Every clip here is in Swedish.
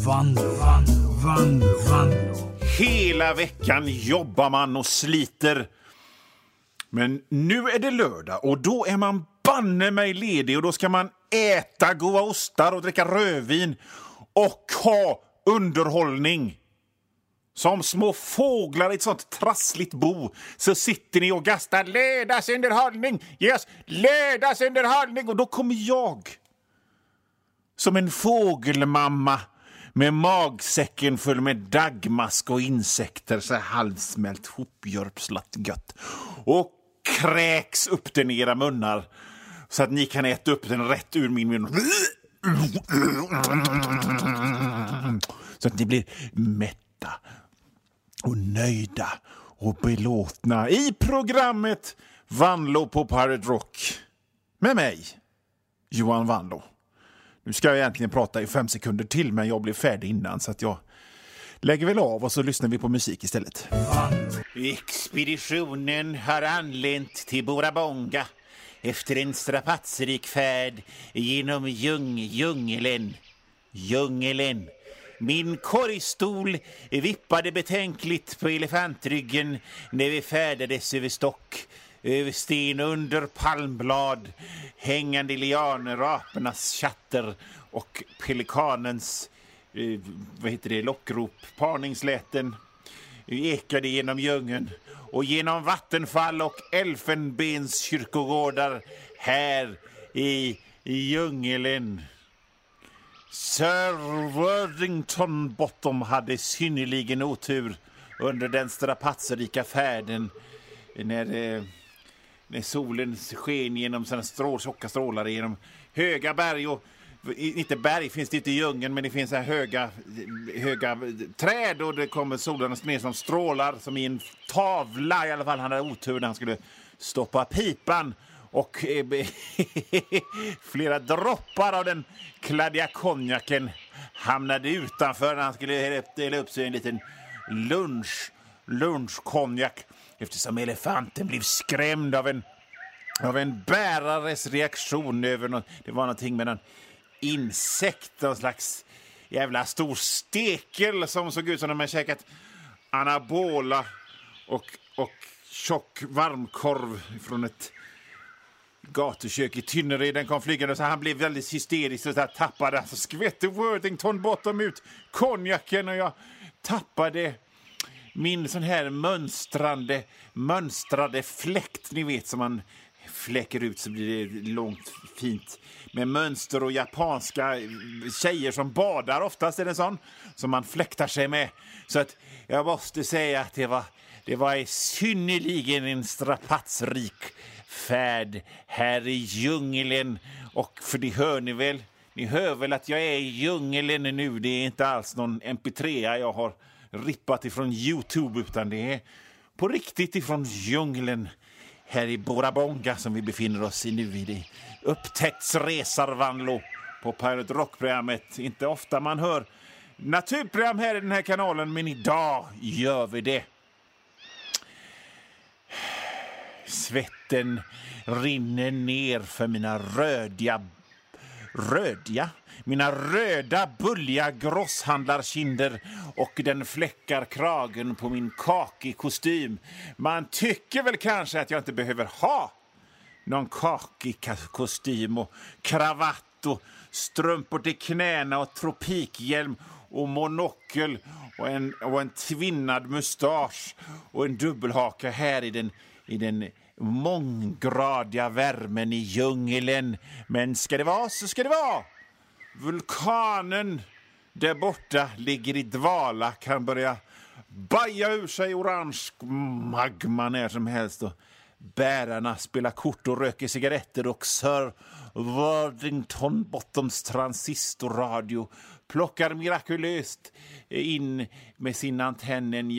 Vanlo. Hela veckan jobbar man och sliter. Men nu är det lördag och då är man banne mig ledig och då ska man äta goda ostar och dricka rödvin och ha underhållning. Som små fåglar i ett sånt trassligt bo så sitter ni och gastar lördagsunderhållning. Yes, lördagsunderhållning. Och då kommer jag som en fågelmamma med magsäcken full med dagmask och insekter så halvsmält hopjörpslat gött och kräks upp den i era munnar så att ni kan äta upp den rätt ur min mun så att ni blir mätta och nöjda och belåtna i programmet Vanlo på Pirate Rock med mig, Johan Vanlo. Nu ska jag egentligen prata i 5 sekunder till, men jag blev färdig innan så att jag lägger väl av och så lyssnar vi på musik istället. Expeditionen har anlänt till Bora Bonga efter en strapatsrik färd genom djungeln. Min korgstol vippade betänkligt på elefantryggen när vi färdades över stock, över sten under palmblad, hängande lianer, apornas chatter och pelikanens lockrop, parningsläten ekade genom djungeln och genom vattenfall och elfenbenskyrkogårdar här i djungeln. Sir Worthington Bottom hade synnerligen otur under den strapatsrika färden när solen sken genom sådana tjocka strålar genom höga berg och inte berg finns det inte i djungeln, men det finns så här höga träd och det kommer solen ner som strålar som i en tavla. I alla fall han hade otur när han skulle stoppa pipan och flera droppar av den kladdiga konjaken hamnade utanför när han skulle dela upp sig en liten lunchkonjak eftersom elefanten blev skrämd av en bärares reaktion över något. Det var någonting med någon insekt, någon slags jävla stor stekel som såg ut som de har käkat anabola och tjock varmkorv från ett gatukök i Tynnered. Den kom flygande så han blev väldigt hysterisk och så tappade, så skvätte Worthington Bottom ut konjaken och jag tappade min sån här mönstrade fläkt, ni vet, som man fläcker ut så blir det långt fint med mönster och japanska tjejer som badar, oftast är det sån som man fläktar sig med. Så att jag måste säga att det var synnerligen en strapatsrik färd här i djungeln. Och för det hör ni väl, ni hör väl att jag är i djungeln nu. Det är inte alls någon mp3 jag har rippat ifrån YouTube, utan det är på riktigt ifrån djungeln här i Bora Bonga som vi befinner oss i nu i det upptäcktsresar Vanlo på Pirate Rock-programmet. Inte ofta man hör naturprogram här i den här kanalen, men idag gör vi det. Svetten rinner ner för mina röda bulliga grosshandlarkinder och den fläckar kragen på min kakig kostym. Man tycker väl kanske att jag inte behöver ha någon kakig kostym och kravatt och strumpor till knäna och tropikhjälm och monokel och en tvinnad mustasch och en dubbelhaka här i den månggradiga värmen i djungeln. Men ska det vara så ska det vara. Vulkanen där borta ligger i dvala, kan börja baja ur sig orange magma när som helst och bärarna spelar kort och röker cigaretter och Sir Worthington Bottoms transistorradio plockar mirakulöst in med sin antenn en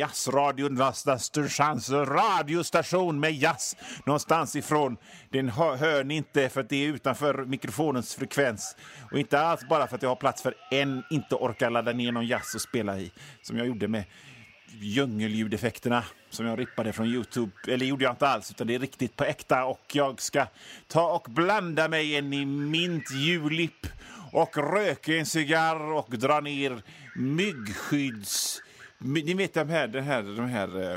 radiostation med jazz någonstans ifrån. Den hör ni inte för att det är utanför mikrofonens frekvens och inte alls bara för att jag har plats för en inte orkar ladda ner någon jazz och spela i, som jag gjorde med djungelljudeffekterna som jag rippade från YouTube. Eller gjorde jag inte alls, utan det är riktigt på äkta. Och jag ska ta och blanda mig en i mint julip och röka en cigarr och dra ner myggskydds... Ni vet de här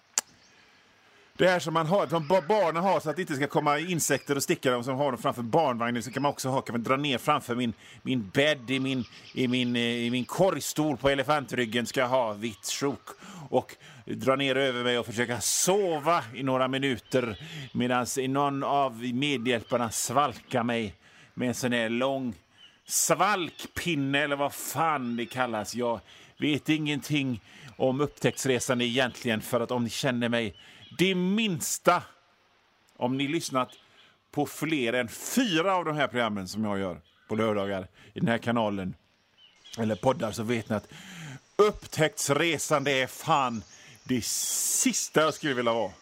det här som man har, som barnen har så att det inte ska komma insekter och sticka dem, som har dem framför barnvagnen, så kan man också kan man dra ner framför min bädd i min korgstol på elefantryggen, ska jag ha vitt sjok och dra ner över mig och försöka sova i några minuter medan någon av medhjälparna svalkar mig med en sån här lång svalkpinne eller vad fan det kallas. Jag vet ingenting om upptäcktsresande egentligen, för att om ni känner mig det minsta, om ni lyssnat på fler än 4 av de här programmen som jag gör på lördagar i den här kanalen eller poddar, så vet ni att upptäcktsresande är fan det sista jag skulle vilja vara.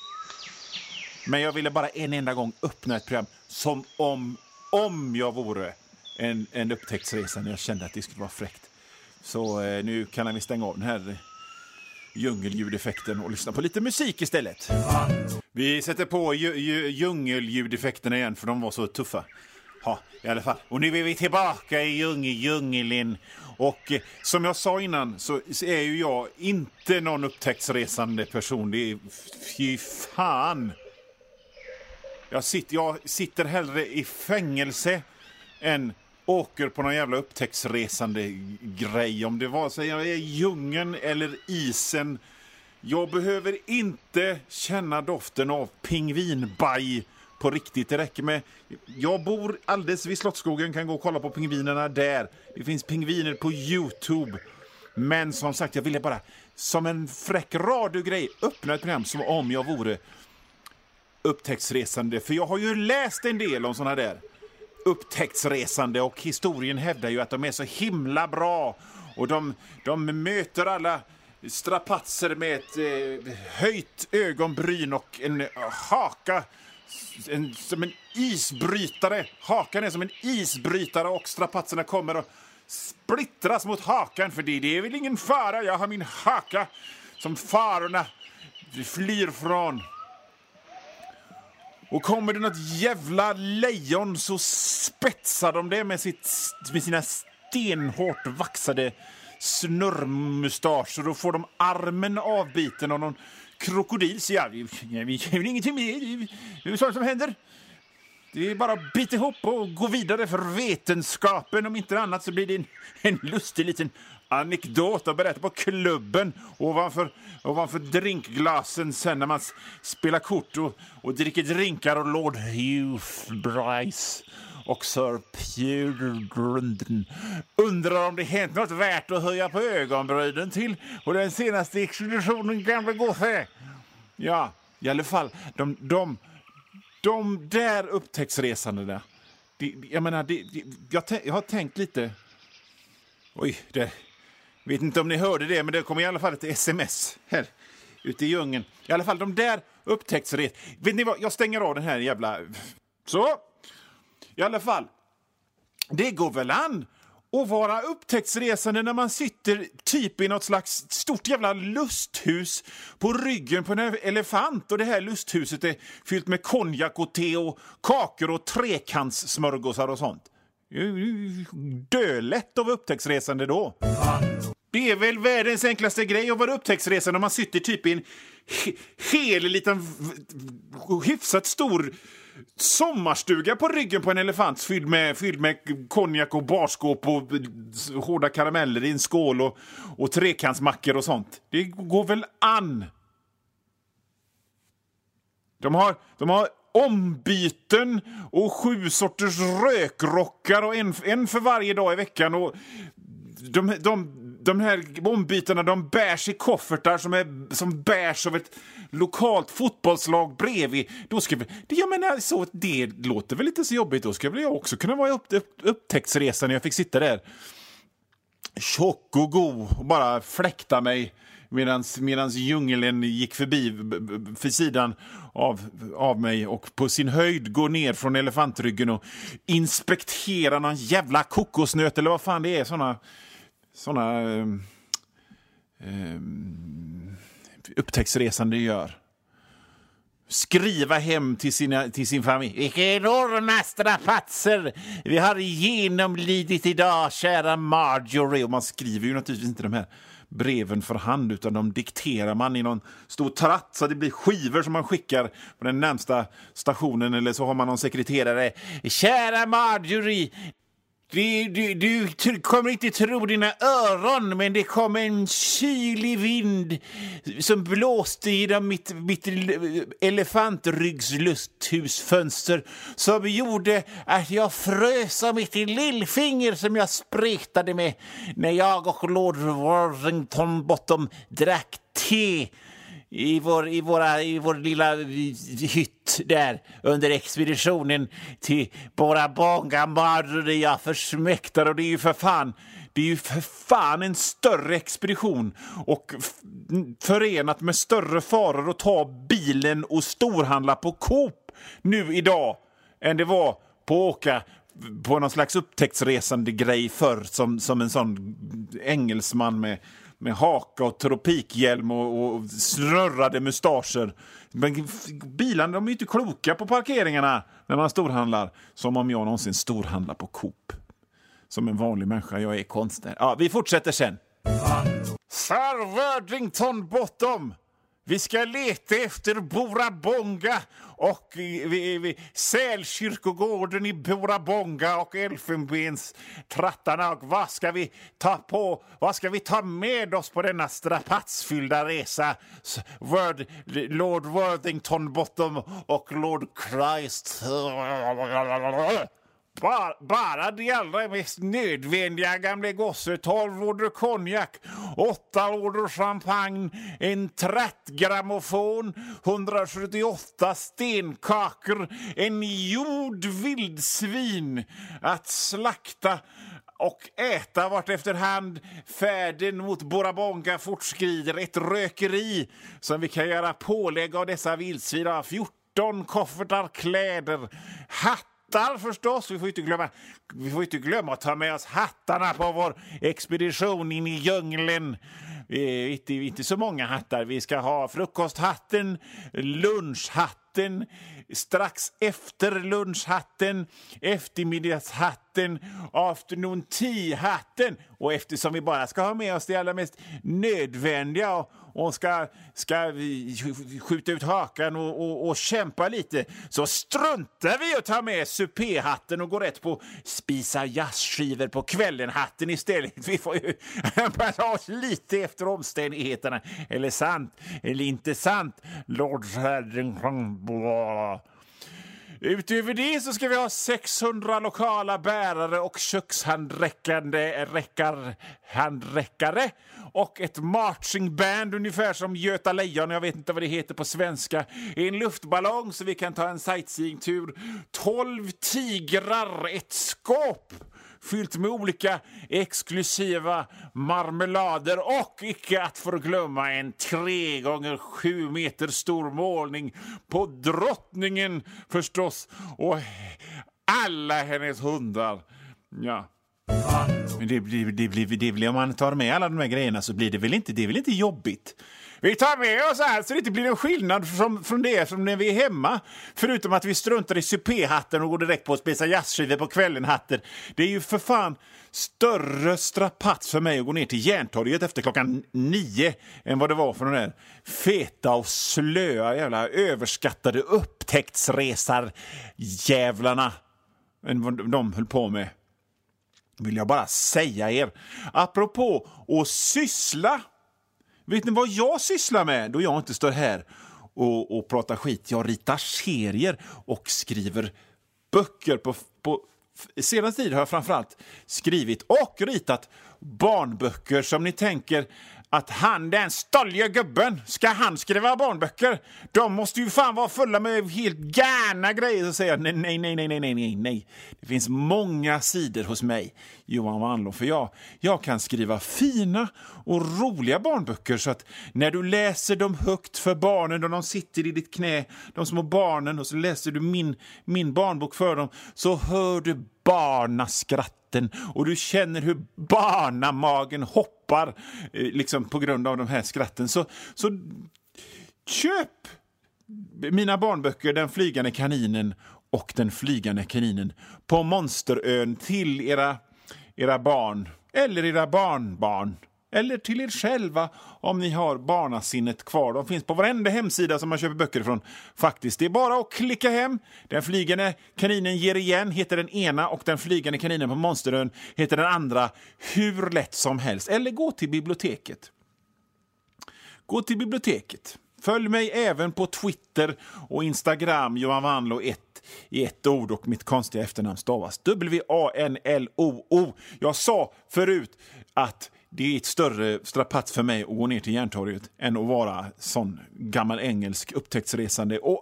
Men jag ville bara en enda gång öppna ett program som om jag vore en upptäcktsresande. Jag kände att det skulle vara fräckt. Så nu kan vi stänga av den här djungelljudeffekten och lyssna på lite musik istället. Vi sätter på djungelljudeffekterna igen, för de var så tuffa. Ja, i alla fall. Och nu är vi tillbaka i djungeln. Och som jag sa innan så är ju jag inte någon upptäcktsresande person. Det är fy fan. Jag sitter hellre i fängelse än åker på någon jävla upptäcktsresande grej. Om det var så jag är djungeln eller isen. Jag behöver inte känna doften av pingvinbaj på riktigt. Det räcker med... Jag bor alldeles vid Slottsskogen, kan gå och kolla på pingvinerna där. Det finns pingviner på YouTube. Men som sagt, jag ville bara som en fräck radiogrej öppna ett program som om jag vore upptäcktsresande. För jag har ju läst en del om såna där upptäcktsresande, och historien hävdar ju att de är så himla bra, och de möter alla strapatser med ett höjt ögonbryn och en haka som en isbrytare. Hakan är som en isbrytare och strapatserna kommer och splittras mot hakan, för det är väl ingen fara, jag har min haka som farorna flyr från. Och kommer det något jävla lejon så spetsar de det med sina stenhårt vaxade snurrmustascher, och får de armen avbiten av någon krokodil. Så vi är ingenting med. Det är sånt som händer. Det är bara att bita ihop och gå vidare för vetenskapen. Om inte annat så blir det en lustig liten anekdot att berätta på klubben ovanför drinkglasen sen när man spelar kort och dricker drinkar och Lord Hughes och Sir Pewdren undrar om det hänt något värt att höja på ögonbrynen till och den senaste expeditionen gamla gosse. Ja, i alla fall de där upptäcktsresandena. Jag menar, jag har tänkt lite. Oj, vet inte om ni hörde det, men det kom i alla fall ett sms här ute i djungeln. I alla fall de där vet ni vad, jag stänger av den här jävla... Så, i alla fall. Det går väl an att vara upptäcktsresande när man sitter typ i något slags stort jävla lusthus på ryggen på en elefant, och det här lusthuset är fyllt med konjak och te och kakor och trekantssmörgåsar och sånt. Dölätt av upptäcktsresande då. Det är väl världens enklaste grej att vara upptäcktsresande när man sitter typ i en hel liten hyfsat stor sommarstuga på ryggen på en elefant fylld med konjak och barskåp och hårda karameller i en skål och trekantsmackor och sånt. Det går väl an. De har ombyten och 7 sorters rökrockar och en för varje dag i veckan, och de här ombytena de bärs i koffertar som bärs av ett lokalt fotbollslag bredvid. Då ska jag menar så, det låter väl inte så jobbigt. Då ska väl jag också kunna vara upptäcktsresan när jag fick sitta där tjock och god och bara fläkta mig medans djungeln gick förbi för sidan av mig, och på sin höjd gå ner från elefantryggen och inspektera någon jävla kokosnöt eller vad fan det är, såna upptäcktsresande gör. skriva hem till sin familj. Vilka enorma strapatser vi har genomlidit idag, kära Marjorie. Och man skriver ju naturligtvis inte de här breven för hand, utan de dikterar man i någon stor tratt, så det blir skivor som man skickar på den närmsta stationen, eller så har man någon sekreterare. Kära Marjorie, du kommer inte tro dina öron, men det kom en kylig vind som blåste genom mitt elefantryggslufthusfönster, som gjorde att jag frös av mitt lillfinger som jag spretade med när jag och Lord Worthington Bottom drack te i vår lilla hytt där under expeditionen till Bora Bonga. Marjorie, jag försmäktar, och det är ju för fan en större expedition och förenat med större faror att ta bilen och storhandla på Coop nu idag än det var på att åka på någon slags upptäcktsresande grej förr, som en sån engelsman med haka och tropikhjälm och snurrade mustascher. Men bilarna, de är ju inte kloka på parkeringarna när man storhandlar. Som om jag någonsin storhandlar på Coop. Som en vanlig människa, jag är konstnär. Ja, vi fortsätter sen. Sir Worthington Bottom, vi ska leta efter Bora Bonga och Sälkyrkogården i Bora Bonga och Elfenbenstrattarna. Och vad ska vi ta med oss på denna strapatsfyllda resa? Lord Worthington Bottom och Lord Christ. Bara det allra mest nödvändiga, gamle gosse. 12 lådor konjak, 8 lådor champagne, en trattgrammofon, 178 stenkakor, en jord vildsvin att slakta och äta vart efterhand färden mot Bora Bonga fortskrider. Ett rökeri som vi kan göra pålägg av dessa vildsvin. 14 koffertar kläder, hattar förstås. Vi får inte glömma att ta med oss hattarna på vår expedition in i djungeln. Inte så många hattar. Vi ska ha frukosthatten, lunchhatten, strax efter lunchhatten, eftermiddagshatten, afternoon tea-hatten. Och eftersom vi bara ska ha med oss det allra mest nödvändiga och ska skjuta ut hakan och kämpa lite, så struntar vi att ta med supéhatten och gå rätt på spisa jazzskivor på kvällen-hatten istället. Vi får ju passa oss lite efter omständigheterna. Eller sant, eller inte sant, Lord Worthington. Utöver det så ska vi ha 600 lokala bärare och kökshandräckare och ett marchingband ungefär som Göta Lejon, jag vet inte vad det heter på svenska. En luftballong så vi kan ta en sightseeingtur. 12 tigrar, ett skåp fyllt med olika exklusiva marmelader och icke att förglömma en 3x7 meter stor målning på drottningen förstås och alla hennes hundar. Ja. Men det blir om man tar med alla de här grejerna så blir det väl inte jobbigt. Vi tar med oss allt så det inte blir en skillnad från det som när vi är hemma. Förutom att vi struntar i supéhatten och går direkt på att spisa jazzskivor på kvällen-hatten. Det är ju för fan större strapats för mig att gå ner till Järntorget efter klockan 9 än vad det var för de där feta och slöa jävla överskattade upptäcktsresar jävlarna än vad de höll på med. Vill jag bara säga er. Apropå att syssla. Vet ni vad jag sysslar med då jag inte står här och pratar skit? Jag ritar serier och skriver böcker. På senaste tid har jag framförallt skrivit och ritat barnböcker som ni tänker att den stolliga gubben, ska han skriva barnböcker? De måste ju fan vara fulla med helt gärna grejer. Och säga nej. Det finns många sidor hos mig, Johan Wanlå, för jag kan skriva fina och roliga barnböcker så att när du läser dem högt för barnen och de sitter i ditt knä, de små barnen, och så läser du min barnbok för dem, så hör du barnaskratten och du känner hur barnamagen hoppar liksom på grund av de här skratten. Så köp mina barnböcker Den flygande kaninen och Den flygande kaninen på Monsterön till era barn eller era barnbarn. Eller till er själva om ni har barnasinnet kvar. De finns på varenda hemsida som man köper böcker ifrån. Faktiskt, det är bara att klicka hem. Den flygande kaninen ger igen heter den ena och Den flygande kaninen på Monsterön heter den andra. Hur lätt som helst. Eller gå till biblioteket. Gå till biblioteket. Följ mig även på Twitter och Instagram. Johan Wanlo 1 i ett ord och mitt konstiga efternamn stavas WANLOO. Jag sa förut att det är ett större strapats för mig att gå ner till Järntorget än att vara sån gammal engelsk upptäcktsresande. Och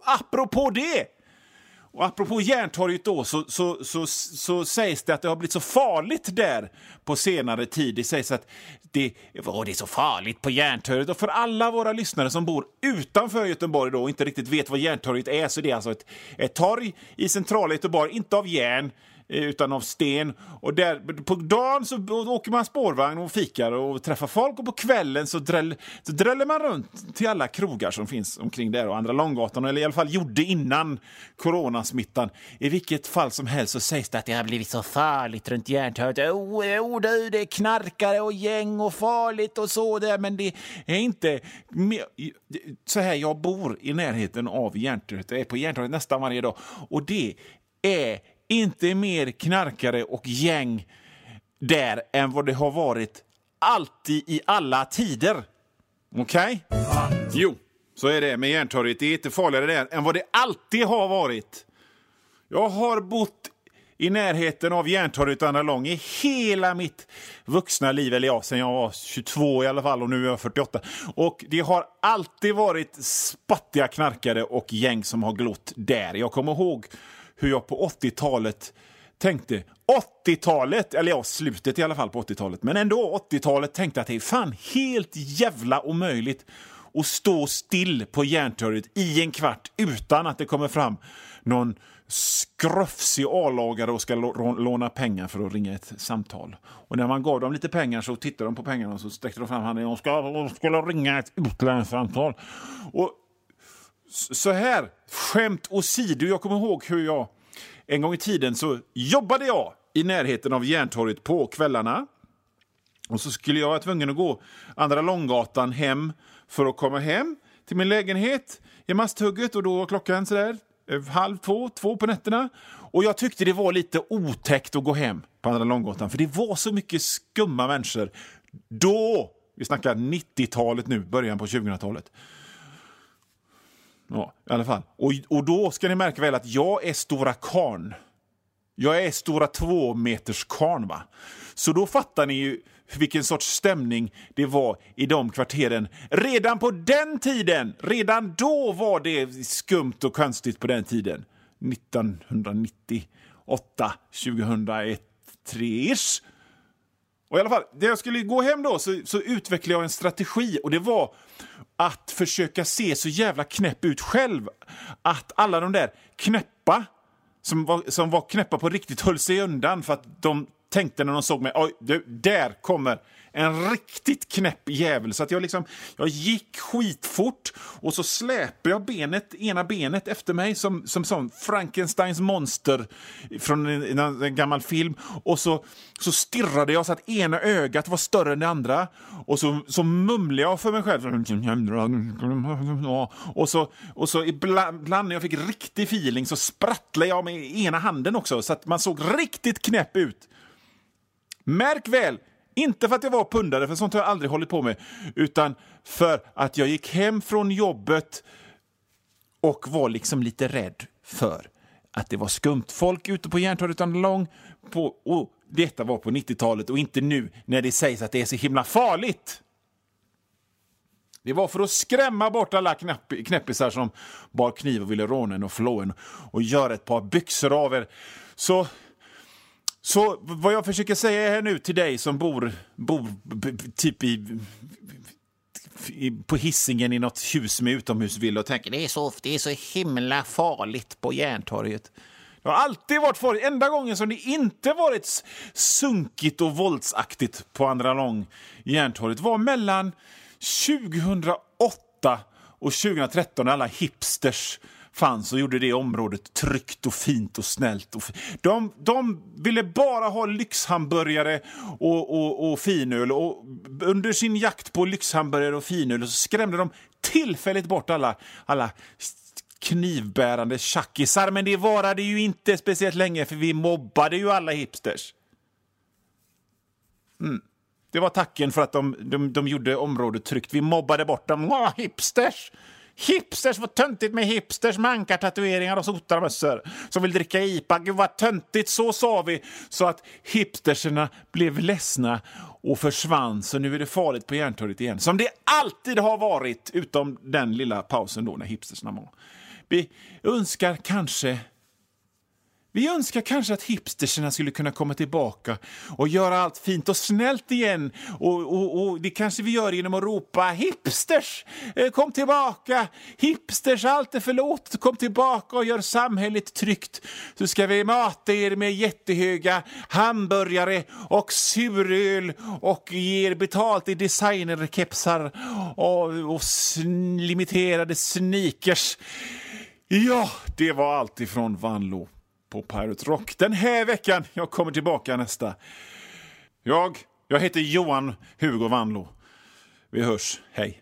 apropå Järntorget då så sägs det att det har blivit så farligt där på senare tid. Det sägs att det är så farligt på Järntorget. Och för alla våra lyssnare som bor utanför Göteborg då och inte riktigt vet vad Järntorget är, så det är alltså ett torg i centrala Göteborg, inte av järn utan av sten. Och där på dagen så åker man spårvagn och fikar och träffar folk, och på kvällen så dräller man runt till alla krogar som finns omkring där och Andra Långgatan, eller i alla fall gjorde innan coronasmittan. I vilket fall som helst så sägs det att det har blivit så farligt runt Järntorget. Det är knarkare och gäng och farligt och så där, men det är inte så här. Jag bor i närheten av Järntorget. Jag är på Järntorget nästan varje dag, och det är inte mer knarkare och gäng där än vad det har varit alltid i alla tider. Okej? Jo, så är det med Järntorget. Det är inte farligare där än vad det alltid har varit. Jag har bott i närheten av Järntorget och Andra Lång i hela mitt vuxna liv. Eller ja, sen jag var 22 i alla fall, och nu är jag 48. Och det har alltid varit spattiga knarkare och gäng som har glott där. Jag kommer ihåg hur jag på 80-talet tänkte, 80-talet, eller ja, slutet i alla fall på 80-talet, men ändå 80-talet tänkte att det är fan helt jävla omöjligt att stå still på Järntorget i en kvart utan att det kommer fram någon skröfsig A-lagare och ska låna pengar för att ringa ett samtal. Och när man gav dem lite pengar så tittade de på pengarna och så sträckte de fram handen och skulle ringa ett utlandssamtal. Och så här, skämt åsido, jag kommer ihåg hur jag en gång i tiden så jobbade jag i närheten av Järntorget på kvällarna. Och så skulle jag vara tvungen att gå Andra Långgatan hem för att komma hem till min lägenhet i Masthugget, och då var klockan sådär 1:30, 2 på nätterna. Och jag tyckte det var lite otäckt att gå hem på Andra Långgatan, för det var så mycket skumma människor. Då, vi snackar 90-talet nu, början på 2000-talet. Ja, i alla fall. Och då ska ni märka väl att jag är stora karn. Jag är stora 2 meters karn, va? Så då fattar ni ju vilken sorts stämning det var i de kvarteren. Redan på den tiden, redan då var det skumt och konstigt på den tiden. 1998, 2001, 3-ish. Och i alla fall, när jag skulle gå hem då så utvecklade jag en strategi, och det var att försöka se så jävla knäpp ut själv. Att alla de där knäppa som var knäppa på riktigt höll sig undan, för att de tänkte när de såg mig, oj, där kommer en riktigt knäpp jävel. Så att jag gick skitfort, och så släpade jag ena benet efter mig som Frankensteins monster från en gammal film. Och så stirrade jag så att ena ögat var större än det andra, och så mumlade jag för mig själv. Och så ibland när jag fick riktig feeling så sprattlade jag med ena handen också, så att man såg riktigt knäpp ut. Märk väl, inte för att jag var pundare, för sånt har jag aldrig hållit på med, utan för att jag gick hem från jobbet och var liksom lite rädd för att det var skumt folk ute på Järntorget utan lång på, och detta var på 90-talet och inte nu när det sägs att det är så himla farligt. Det var för att skrämma bort alla knäppisar som bar kniv och ville råna en och flå en och göra ett par byxor av er. Så vad jag försöker säga här nu till dig som bor typ på Hisingen i något hus med utomhusvilla och tänker det är så himla farligt på Järntorget. Det har alltid varit farligt. Enda gången som det inte varit sunkigt och våldsaktigt på Andra Lång Järntorget var mellan 2008 Och 2013 när alla hipsters fanns och gjorde det området tryggt och fint och snällt. Och de ville bara ha lyxhamburgare och finöl. Och under sin jakt på lyxhamburgare och finöl så skrämde de tillfälligt bort alla knivbärande tjackisar. Men det varade ju inte speciellt länge, för vi mobbade ju alla hipsters. Det var tacken för att de gjorde området tryggt. Vi mobbade bort dem. Hipsters! Hipsters, vad töntigt med hipsters, mankar, tatueringar och sotarmössor som vill dricka IPA. Gud vad töntigt, så sa vi. Så att hipsterserna blev ledsna och försvann. Så nu är det farligt på Järntorget igen. Som det alltid har varit, utom den lilla pausen då när hipsterserna var. Vi önskar kanske att hipsterserna skulle kunna komma tillbaka och göra allt fint och snällt igen. Och det kanske vi gör genom att ropa: hipsters, kom tillbaka! Hipsters, allt är förlåt. Kom tillbaka och gör samhället tryggt. Så ska vi mata er med jättehöga hamburgare och suröl och ge er betalt i designerkepsar och limiterade sneakers. Ja, det var allt ifrån Vanlo på Pirate Rock den här veckan. Jag kommer tillbaka nästa. Jag heter Johan Hugo Vanlo. Vi hörs. Hej.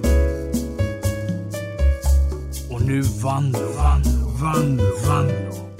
Och nu Vanlo.